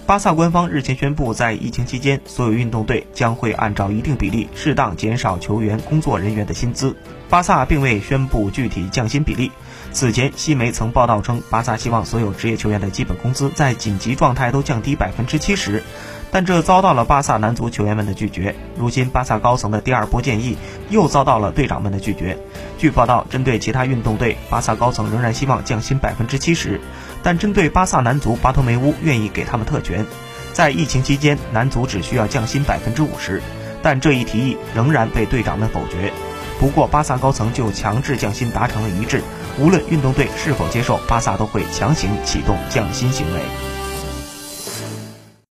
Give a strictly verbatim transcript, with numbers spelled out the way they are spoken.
巴萨官方日前宣布，在疫情期间，所有运动队将会按照一定比例适当减少球员、工作人员的薪资。巴萨并未宣布具体降薪比例。此前，西媒曾报道称，巴萨希望所有职业球员的基本工资在紧急状态都降低百分之七十，但这遭到了巴萨男足球员们的拒绝。如今，巴萨高层的第二波建议又遭到了队长们的拒绝。据报道，针对其他运动队，巴萨高层仍然希望降薪百分之七十，但针对巴萨男足，巴托梅乌愿意给他们特权。在疫情期间，男足只需要降薪百分之五十，但这一提议仍然被队长们否决。不过，巴萨高层就强制降薪达成了一致，无论运动队是否接受，巴萨都会强行启动降薪行为。